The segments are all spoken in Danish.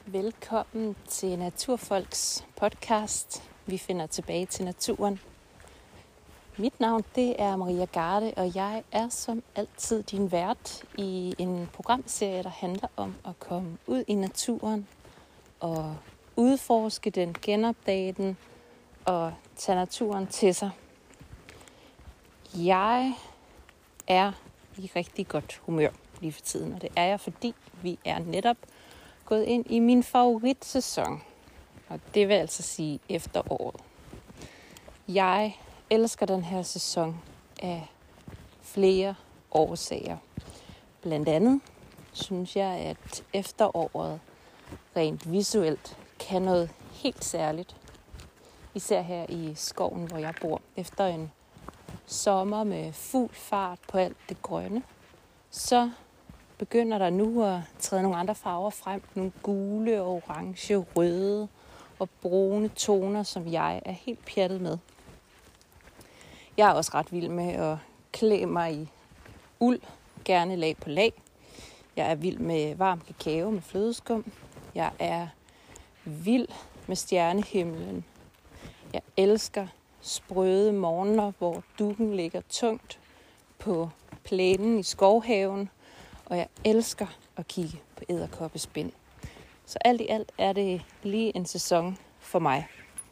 Velkommen til Naturfolks podcast. Vi finder tilbage til naturen. Mit navn det er Maria Garde, og jeg er som altid din vært i en programserie, der handler om at komme ud i naturen og udforske den, genopdage den og tage naturen til sig. Jeg er i rigtig godt humør lige for tiden, og det er jeg, fordi vi er netop gået ind i min favoritsæson, og det vil altså sige efteråret. Jeg elsker den her sæson af flere årsager. Blandt andet synes jeg, at efteråret rent visuelt kan noget helt særligt. Især her i skoven, hvor jeg bor. Efter en sommer med fuld fart på alt det grønne, så begynder der nu at træde nogle andre farver frem. Nogle gule, orange, røde og brune toner, som jeg er helt pjattet med. Jeg er også ret vild med at klæde mig i uld, gerne lag på lag. Jeg er vild med varm kakao med flødeskum. Jeg er vild med stjernehimlen. Jeg elsker sprøde morgener, hvor duggen ligger tungt på plænen i skovhaven. Og jeg elsker at kigge på edderkoppespind. Så alt i alt er det lige en sæson for mig.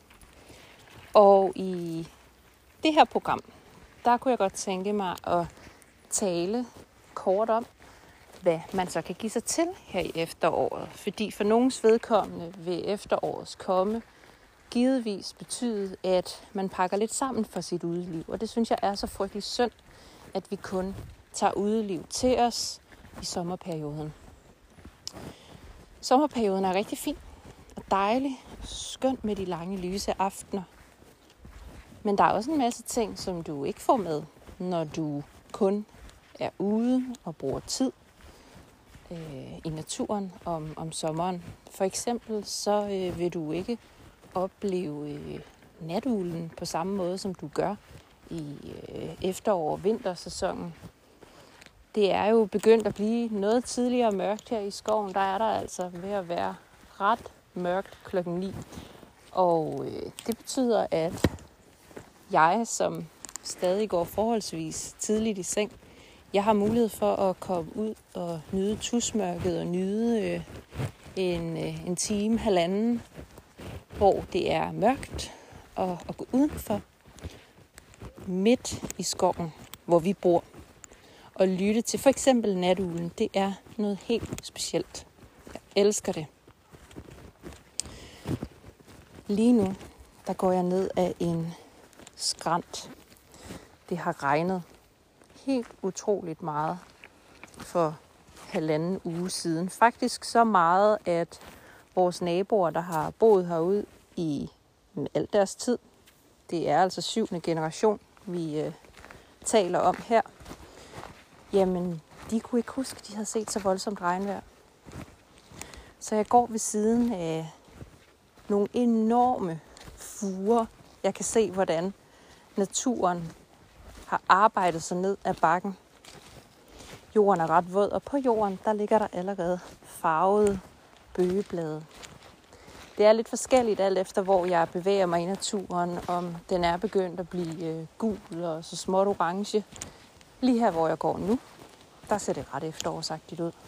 Og i det her program, der kunne jeg godt tænke mig at tale kort om, hvad man så kan give sig til her i efteråret. Fordi for nogens vedkommende vil efterårets komme givetvis betyde, at man pakker lidt sammen for sit udeliv. Og det synes jeg er så frygtelig synd, at vi kun tager udeliv til os i sommerperioden. Sommerperioden er rigtig fin og dejlig, skønt med de lange lyse aftener. Men der er også en masse ting, som du ikke får med, når du kun er ude og bruger tid i naturen om sommeren. For eksempel så vil du ikke opleve natuglen på samme måde, som du gør i efterår- og vintersæsonen. Det er jo begyndt at blive noget tidligere mørkt her i skoven. Der er der altså ved at være ret mørkt 9:00. Og det betyder, at jeg, som stadig går forholdsvis tidligt i seng, jeg har mulighed for at komme ud og nyde tusmørket og nyde en time, halvanden, hvor det er mørkt og gå udenfor midt i skoven, hvor vi bor. Og lytte til for eksempel natuglen, det er noget helt specielt. Jeg elsker det. Lige nu, der går jeg ned ad en skrænt. Det har regnet helt utroligt meget for 1,5 uge siden. Faktisk så meget, at vores naboer, der har boet herude i al deres tid, det er altså 7. generation, vi taler om her, jamen, de kunne ikke huske, at de havde set så voldsomt regnvejr. Så jeg går ved siden af nogle enorme furer. Jeg kan se, hvordan naturen har arbejdet sig ned ad bakken. Jorden er ret våd, og på jorden, der ligger der allerede farvede bøgeblade. Det er lidt forskelligt alt efter, hvor jeg bevæger mig i naturen, om den er begyndt at blive gul og så småt orange. Lige her, hvor jeg går nu, der ser det ret efterårsagtigt ud.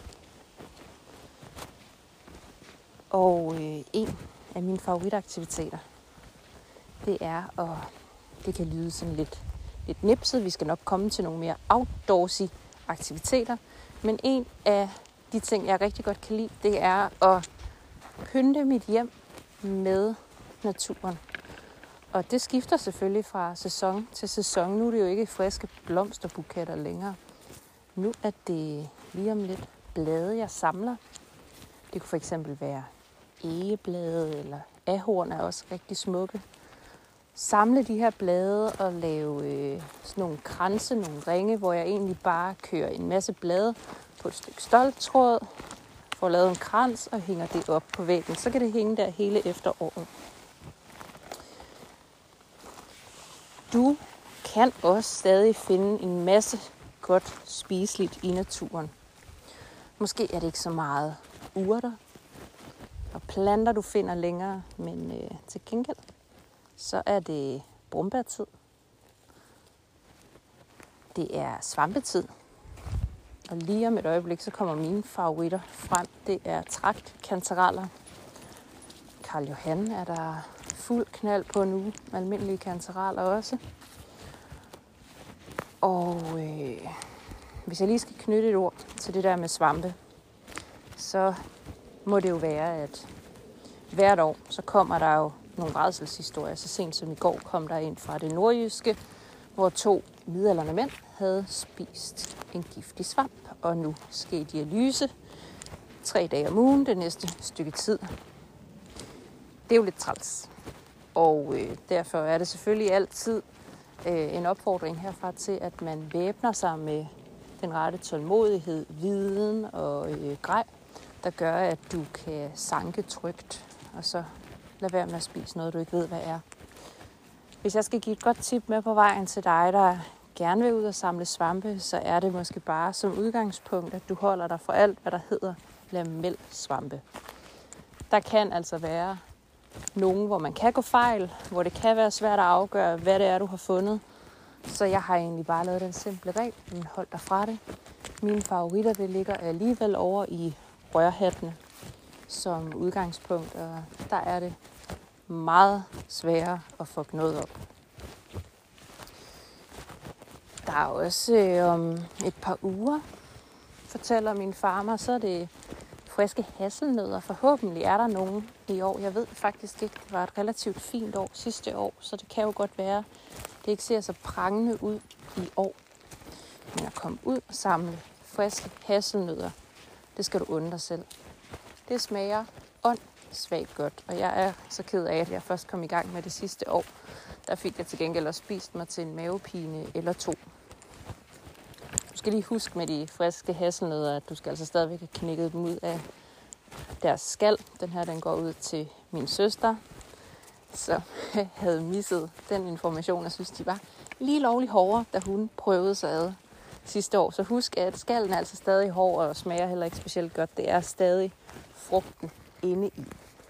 Og en af mine favoritaktiviteter, det er, og det kan lyde sådan lidt nipset, vi skal nok komme til nogle mere outdoorsy aktiviteter, men en af de ting, jeg rigtig godt kan lide, det er at pynte mit hjem med naturen. Og det skifter selvfølgelig fra sæson til sæson. Nu er det jo ikke friske blomsterbuketter længere. Nu er det lige om lidt blade, jeg samler. Det kunne for eksempel være egeblade, eller ahorn er også rigtig smukke. Samle de her blade og lave sådan nogle kranse, nogle ringe, hvor jeg egentlig bare kører en masse blade på et stykke stoltråd, får lavet en krans og hænger det op på væggen. Så kan det hænge der hele efteråret. Du kan også stadig finde en masse godt spiseligt i naturen. Måske er det ikke så meget urter, Og planter, du finder længere, men til gengæld, så er det brumbærtid. Det er svampetid. Og lige om et øjeblik, så kommer mine favoritter frem. Det er traktkantareller. Karl Johan er der fuld knald på nu. Almindelige kantareller også. Og hvis jeg lige skal knytte et ord til det der med svampe, så må det jo være, at hvert år, så kommer der jo nogle rædselshistorier. Så sent som i går kom der en fra det nordjyske, hvor 2 midaldrende mænd havde spist en giftig svamp, og nu skal dialyse 3 dage om ugen det næste stykke tid. Det er jo lidt træls, og derfor er det selvfølgelig altid en opfordring herfra til, at man væbner sig med den rette tålmodighed, viden og grej, der gør, at du kan sanke trygt, og så lad være med at spise noget, du ikke ved, hvad er. Hvis jeg skal give et godt tip med på vejen til dig, der gerne vil ud og samle svampe, så er det måske bare som udgangspunkt, at du holder dig for alt, hvad der hedder lamelsvampe. Der kan altså være nogen, hvor man kan gå fejl, hvor det kan være svært at afgøre, hvad det er, du har fundet. Så jeg har egentlig bare lavet den simple regel, men hold dig fra det. Mine favoritter, det ligger alligevel over i rørhattene som udgangspunkt, og der er det meget sværere at få noget op. Der er også om et par uger, fortæller min farmor, så er det friske hasselnødder. Forhåbentlig er der nogen i år. Jeg ved faktisk ikke, det var et relativt fint år sidste år, så det kan jo godt være, det ikke ser så prangende ud i år. Men at komme ud og samle friske hasselnødder, det skal du unde dig selv. Det smager åndssvagt godt, og jeg er så ked af, at jeg først kom i gang med det sidste år. Der fik jeg til gengæld også spist mig til en mavepine eller 2. Du skal lige huske med de friske hasselnødder, at du skal altså stadigvæk have knækket dem ud af deres skal. Den her, den går ud til min søster, så jeg havde misset den information. Jeg synes, de var lige lovligt hårdere, da hun prøvede sig ad sidste år. Så husk, at skallen er altså stadig hård og smager heller ikke specielt godt. Det er stadig frugten inde i.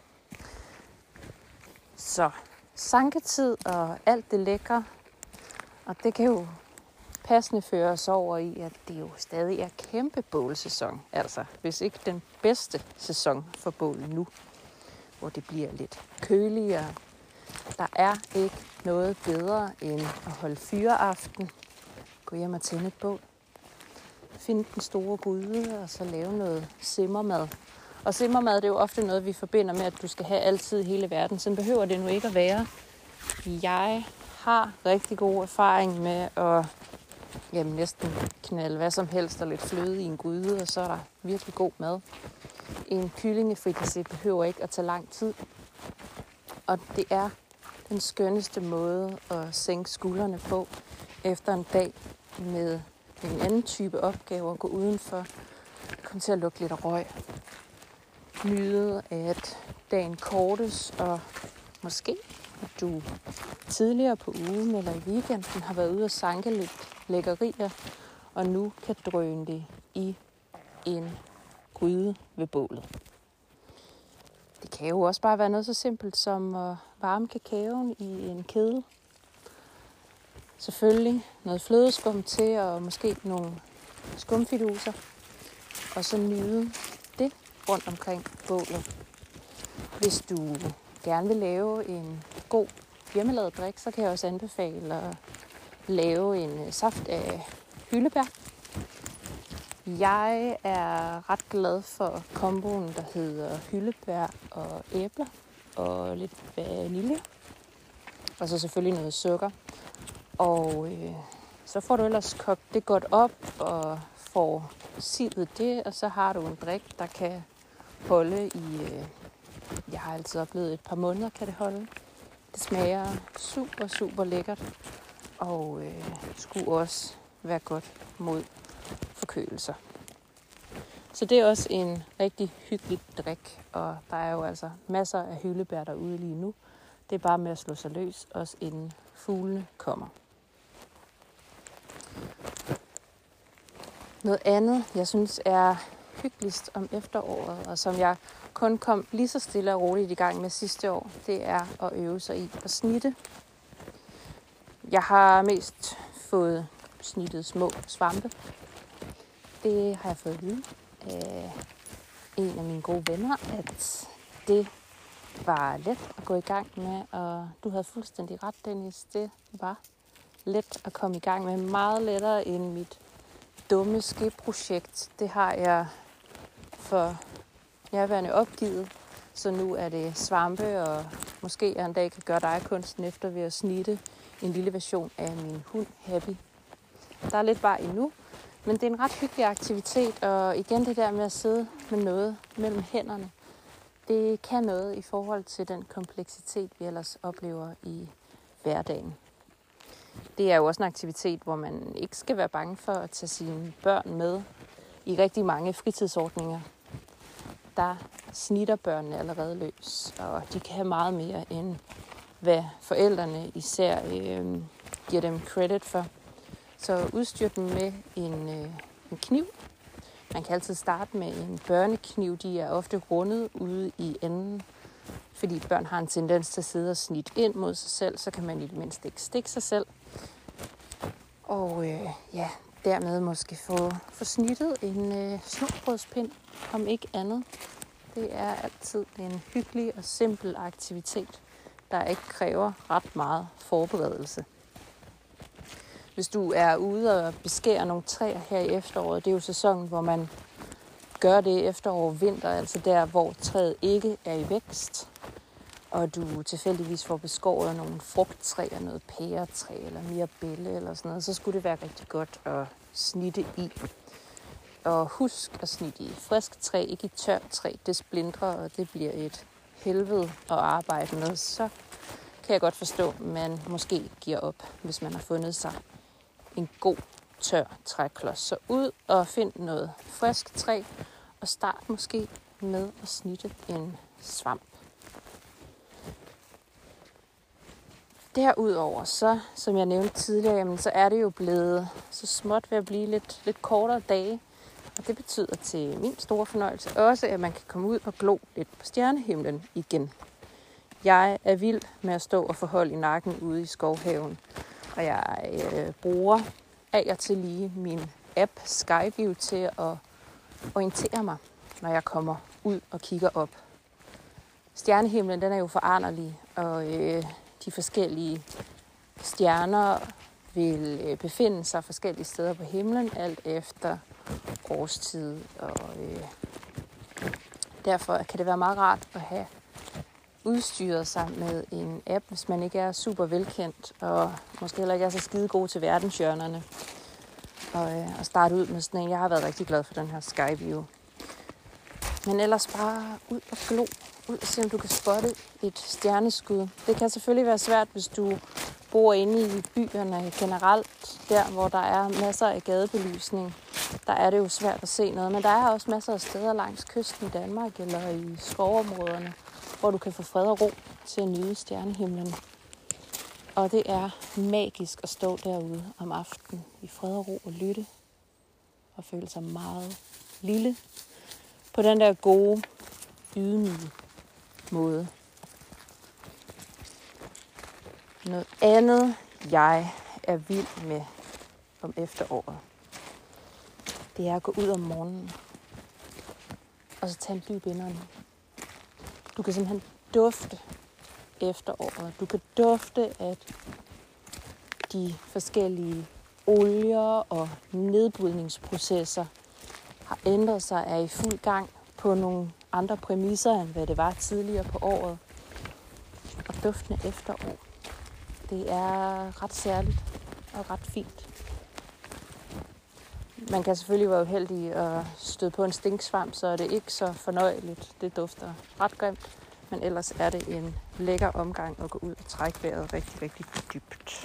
Så sanketid og alt det lækre, og det kan jo passende føre os over i, at det jo stadig er kæmpe bålsæson. Altså, hvis ikke den bedste sæson for bål nu, hvor det bliver lidt køligere. Der er ikke noget bedre end at holde fyreaften, gå hjem og tænde et bål, finde den store gryde og så lave noget simmermad. Og simmermad, det er jo ofte noget, vi forbinder med, at du skal have altid i hele verden. Sådan behøver det nu ikke at være. Jeg har rigtig god erfaring med at næsten knalde hvad som helst og lidt fløde i en gryde, og så er der virkelig god mad. En kyllingefrikassé behøver ikke at tage lang tid. Og det er den skønneste måde at sænke skuldrene på efter en dag med en anden type opgave, at gå udenfor, komme til at lugte lidt af røg, nyde at dagen kortes, og måske at du tidligere på ugen eller i weekenden har været ude og sanke lidt lækkerier, og nu kan drøne det i en gryde ved bålet. Det kan jo også bare være noget så simpelt som at varme kakaoen i en kedel. Selvfølgelig noget flødeskum til, og måske nogle skumfiduser. Og så nyde det rundt omkring bålet. Hvis du gerne vil lave en god hjemmelavet drik, så kan jeg også anbefale at lave en saft af hyldebær. Jeg er ret glad for komboen, der hedder hyldebær og æbler og lidt vanilje. Og så selvfølgelig noget sukker. Og så får du ellers kogt det godt op og får sivet det, og så har du en drik, der kan holde i, jeg har altid oplevet et par måneder kan det holde. Det smager super, super lækkert, og skulle også være godt mod forkølelser. Så det er også en rigtig hyggelig drik, og der er jo altså masser af hyldebær derude lige nu. Det er bare med at slå sig løs, også inden fuglene kommer. Noget andet, jeg synes er hyggeligst om efteråret, og som jeg kun kom lige så stille og roligt i gang med sidste år, det er at øve sig i at snitte. Jeg har mest fået snittet små svampe. Det har jeg fået at vide af en af mine gode venner, at det var let at gå i gang med, og du havde fuldstændig ret, Dennis. Det var let at komme i gang med, meget lettere end mit dumme skiprojekt. Det har jeg for nærværende opgivet, så nu er det svampe, og måske jeg en dag kan gøre dig kunsten efter ved at snitte en lille version af min hund Happy. Der er lidt vej endnu, men det er en ret hyggelig aktivitet, og igen det der med at sidde med noget mellem hænderne, det kan noget i forhold til den kompleksitet, vi ellers oplever i hverdagen. Det er jo også en aktivitet, hvor man ikke skal være bange for at tage sine børn med i rigtig mange fritidsordninger. Der snitter børnene allerede løs, og de kan have meget mere end hvad forældrene især giver dem credit for. Så udstyr dem med en kniv. Man kan altid starte med en børnekniv. De er ofte rundet ude i enden, fordi børn har en tendens til at sidde og snitte ind mod sig selv, så kan man i det mindste ikke stikke sig selv. Og dermed måske få snittet en snobrødspind, om ikke andet. Det er altid en hyggelig og simpel aktivitet, der ikke kræver ret meget forberedelse. Hvis du er ude og beskære nogle træer her i efteråret, det er jo sæsonen, hvor man gør det efterår og vinter, altså der, hvor træet ikke er i vækst, og du tilfældigvis får beskåret nogle frugttræer, noget pæretræ eller mirabelle eller sådan noget, så skulle det være rigtig godt at snitte i. Og husk at snitte i frisk træ, ikke i tørt træ. Det splintrer, og det bliver et helvede at arbejde med. Så kan jeg godt forstå, at man måske giver op, hvis man har fundet sig en god tør træklods. Så ud og find noget frisk træ, og start måske med at snitte en svamp. Derudover, så, som jeg nævnte tidligere, jamen, så er det jo blevet så småt ved at blive lidt kortere dage. Og det betyder til min store fornøjelse også, at man kan komme ud og glo lidt på stjernehimlen igen. Jeg er vild med at stå og få hold i nakken ude i skovhaven. Og jeg bruger af og til lige min app Skyview til at orientere mig, når jeg kommer ud og kigger op. Stjernehimlen, den er jo foranderlig, og de forskellige stjerner vil befinde sig forskellige steder på himlen, alt efter årstid. Og derfor kan det være meget rart at have udstyret sig med en app, hvis man ikke er super velkendt, og måske heller ikke er så skide god til verdenshjørnerne. Og starte ud med sådan en. Jeg har været rigtig glad for den her Skyview. Men ellers bare ud og glo. Ud og se, om du kan spotte et stjerneskud. Det kan selvfølgelig være svært, hvis du bor inde i byerne generelt. Der, hvor der er masser af gadebelysning. Der er det jo svært at se noget. Men der er også masser af steder langs kysten i Danmark eller i skovområderne, hvor du kan få fred og ro til at nyde stjernehimlen. Og det er magisk at stå derude om aftenen i fred og ro og lytte. Og føle sig meget lille. På den der gode, ydmyge måde. Noget andet, jeg er vild med om efteråret, det er at gå ud om morgenen. Og så tage en dyb indånding. Du kan simpelthen dufte efteråret. Du kan dufte, at de forskellige olier og nedbrydningsprocesser har ændret sig, er i fuld gang på nogle andre præmisser, end hvad det var tidligere på året. Og duftende efterår, det er ret særligt og ret fint. Man kan selvfølgelig være uheldig at støde på en stinksvamp, så er det ikke så fornøjeligt. Det dufter ret grimt, men ellers er det en lækker omgang at gå ud og trække vejret rigtig, rigtig dybt.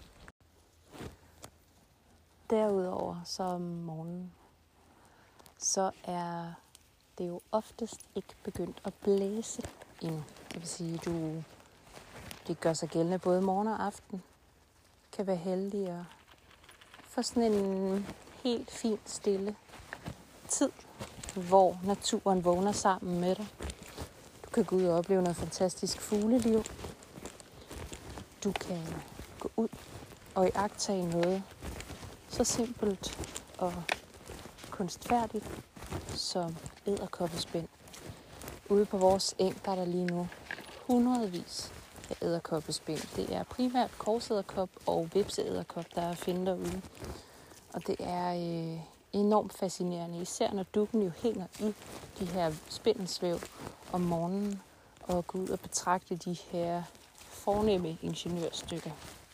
Derudover så om morgenen, så er det jo oftest ikke begyndt at blæse endnu. Det vil sige, det gør sig gældende både morgen og aften. Kan være heldig at få sådan en helt fint stille tid hvor naturen vågner sammen med dig. Du kan gå ud og opleve noget fantastisk fugleliv. Du kan gå ud og iagttage noget så simpelt og kunstfærdigt som edderkoppespind. Ude på vores eng, der er der lige nu hundredvis af edderkoppespind. Det er primært korsedderkop og vipseedderkop, der er at finde derude. Og det er enormt fascinerende, især når dukken jo hænger i de her spindelsvæv om morgenen og gå ud og betragte de her fornemme ingeniørstykker.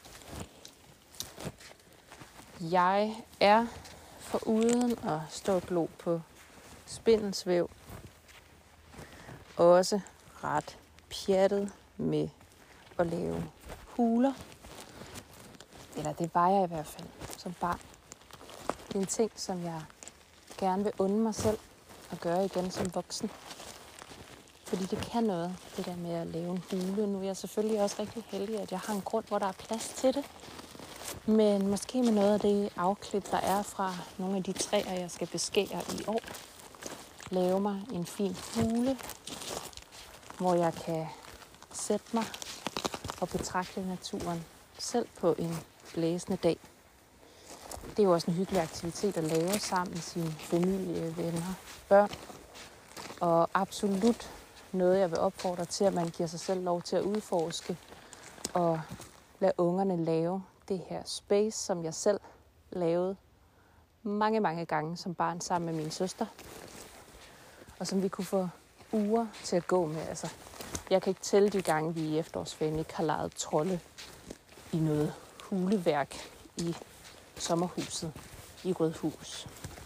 Jeg er foruden at stå og glo på spindelsvæv også ret pjattet med at lave huler. Eller det var jeg i hvert fald som barn. Det er en ting, som jeg gerne vil unde mig selv at gøre igen som voksen. Fordi det kan noget, det der med at lave en hule. Nu er jeg selvfølgelig også rigtig heldig, at jeg har en grund, hvor der er plads til det. Men måske med noget af det afklip, der er fra nogle af de træer, jeg skal beskære i år. Lave mig en fin hule, hvor jeg kan sætte mig og betragte naturen selv på en blæsende dag. Det er jo også en hyggelig aktivitet at lave sammen med sine familie, venner, børn. Og absolut noget, jeg vil opfordre til, at man giver sig selv lov til at udforske og lade ungerne lave det her space, som jeg selv lavede mange, mange gange som barn sammen med min søster. Og som vi kunne få uger til at gå med. Altså, jeg kan ikke tælle de gange, vi i efterårsferien ikke har leget trolde i noget huleværk i sommerhuset i Rødhus.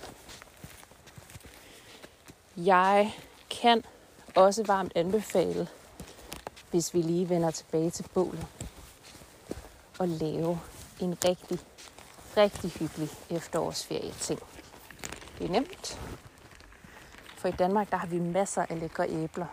Jeg kan også varmt anbefale, hvis vi lige vender tilbage til bålet, at lave en rigtig, rigtig hyggelig efterårsferie-ting. Det er nemt, for i Danmark der har vi masser af lækre æbler.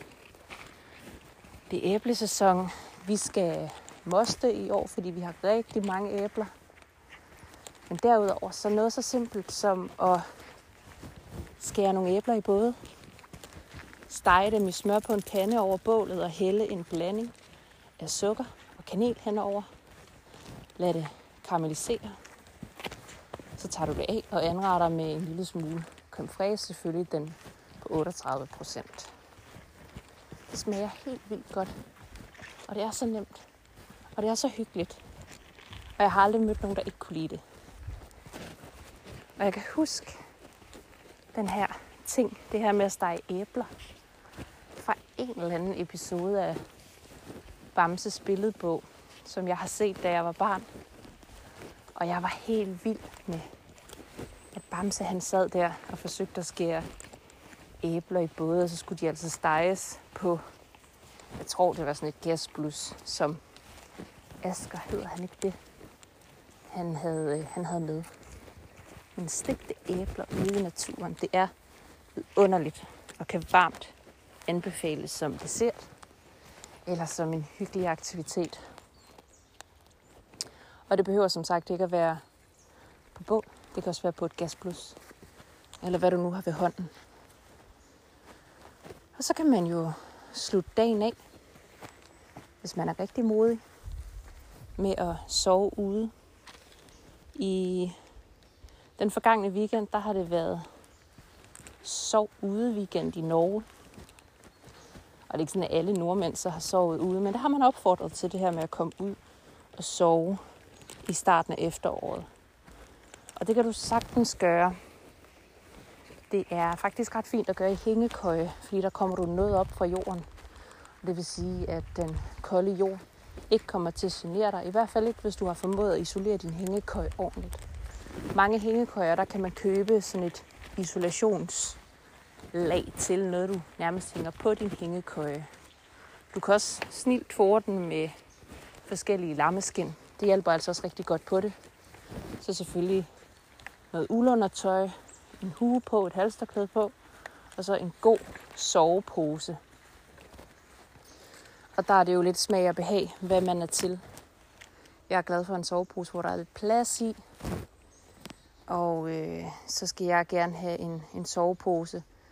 Det er æblesæson. Vi skal moste i år, fordi vi har rigtig mange æbler. Men derudover så noget så simpelt som at skære nogle æbler i både, stege dem i smør på en pande over bålet og hælde en blanding af sukker og kanel henover. Lad det karamellisere. Så tager du det af og anretter med en lille smule creme fraiche, selvfølgelig den på 38%. Det smager helt vildt godt, og det er så nemt, og det er så hyggeligt. Og jeg har aldrig mødt nogen, der ikke kunne lide det. Og jeg kan huske den her ting, det her med at stege æbler, fra en eller anden episode af Bamses billedbog, som jeg har set, da jeg var barn. Og jeg var helt vild med, at Bamse han sad der og forsøgte at skære æbler i både, og så skulle de altså steges på, jeg tror det var sådan et gasblus, som Asger, hedder han ikke det, han havde med. Men stegte æbler ude i naturen, det er underligt og kan varmt anbefales som dessert eller som en hyggelig aktivitet. Og det behøver som sagt ikke at være på bål. Det kan også være på et gasblus, eller hvad du nu har ved hånden. Og så kan man jo slutte dagen af, hvis man er rigtig modig, med at sove ude. I den forgangne weekend, der har det været sov ude weekend i Norge. Og det er ikke sådan, at alle nordmænd så har sovet ude, men det har man opfordret til, det her med at komme ud og sove i starten af efteråret. Og det kan du sagtens gøre. Det er faktisk ret fint at gøre i hængekøje, fordi der kommer du noget op fra jorden. Det vil sige, at den kolde jord ikke kommer til at genere dig. I hvert fald ikke, hvis du har formået at isolere din hængekøje ordentligt. Mange hængekøjer, der kan man købe sådan et isolationslag til noget, du nærmest hænger på din hængekøje. Du kan også snilt fore den med forskellige lammeskin. Det hjælper altså også rigtig godt på det. Så selvfølgelig noget uldundertøj, en hue på, et halsterklæde på, og så en god sovepose. Og der er det jo lidt smag og behag, hvad man er til. Jeg er glad for en sovepose, hvor der er lidt plads i. Og så skal jeg gerne have en sovepose,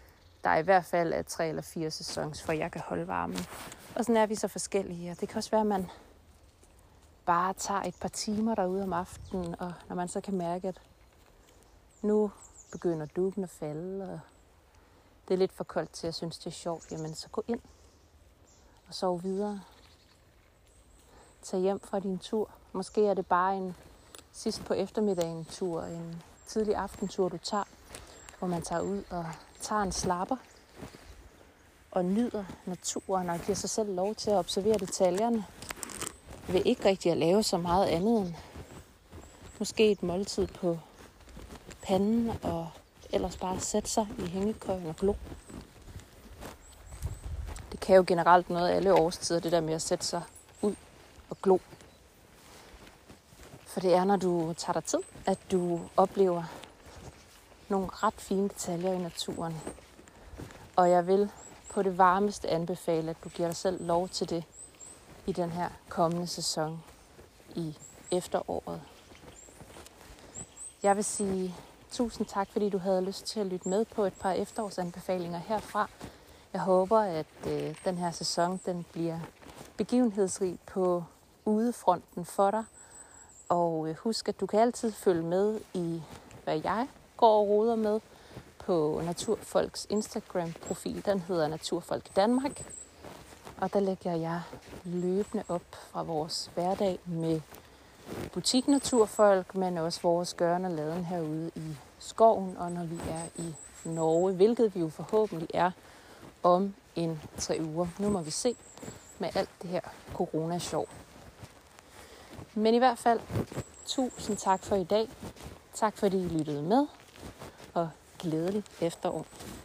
der er i hvert fald er 3 eller 4 sæsoner, for jeg kan holde varmen. Og sådan er vi så forskellige. Og det kan også være, at man bare tager et par timer derude om aftenen, og når man så kan mærke, at nu begynder duggen at falde, og det er lidt for koldt til, at jeg synes, det er sjovt, jamen så gå ind og sov videre. Tag hjem fra din tur. Måske er det bare en sidst på eftermiddagen tur, en tidlig aftentur, du tager, hvor man tager ud og tager en slapper og nyder naturen og giver sig selv lov til at observere detaljerne. Ved ikke rigtig at lave så meget andet end måske et måltid på panden og ellers bare sætte sig i hængekøjen og glo. Det kan jo generelt noget af alle årstider, det der med at sætte sig ud og glo. For det er, når du tager dig tid, at du oplever nogle ret fine detaljer i naturen. Og jeg vil på det varmeste anbefale, at du giver dig selv lov til det i den her kommende sæson i efteråret. Jeg vil sige tusind tak, fordi du havde lyst til at lytte med på et par efterårsanbefalinger herfra. Jeg håber, at den her sæson den bliver begivenhedsrig på udefronten for dig. Og husk, at du kan altid følge med i, hvad jeg går og roder med på Naturfolks Instagram-profil. Den hedder Naturfolk Danmark. Og der lægger jeg løbende op fra vores hverdag med butik Naturfolk, men også vores gøren og laden herude i skoven, og når vi er i Norge, hvilket vi jo forhåbentlig er om 3 uger. Nu må vi se med alt det her corona-sjov. Men i hvert fald, tusind tak for i dag. Tak fordi I lyttede med, og glædelig efterår.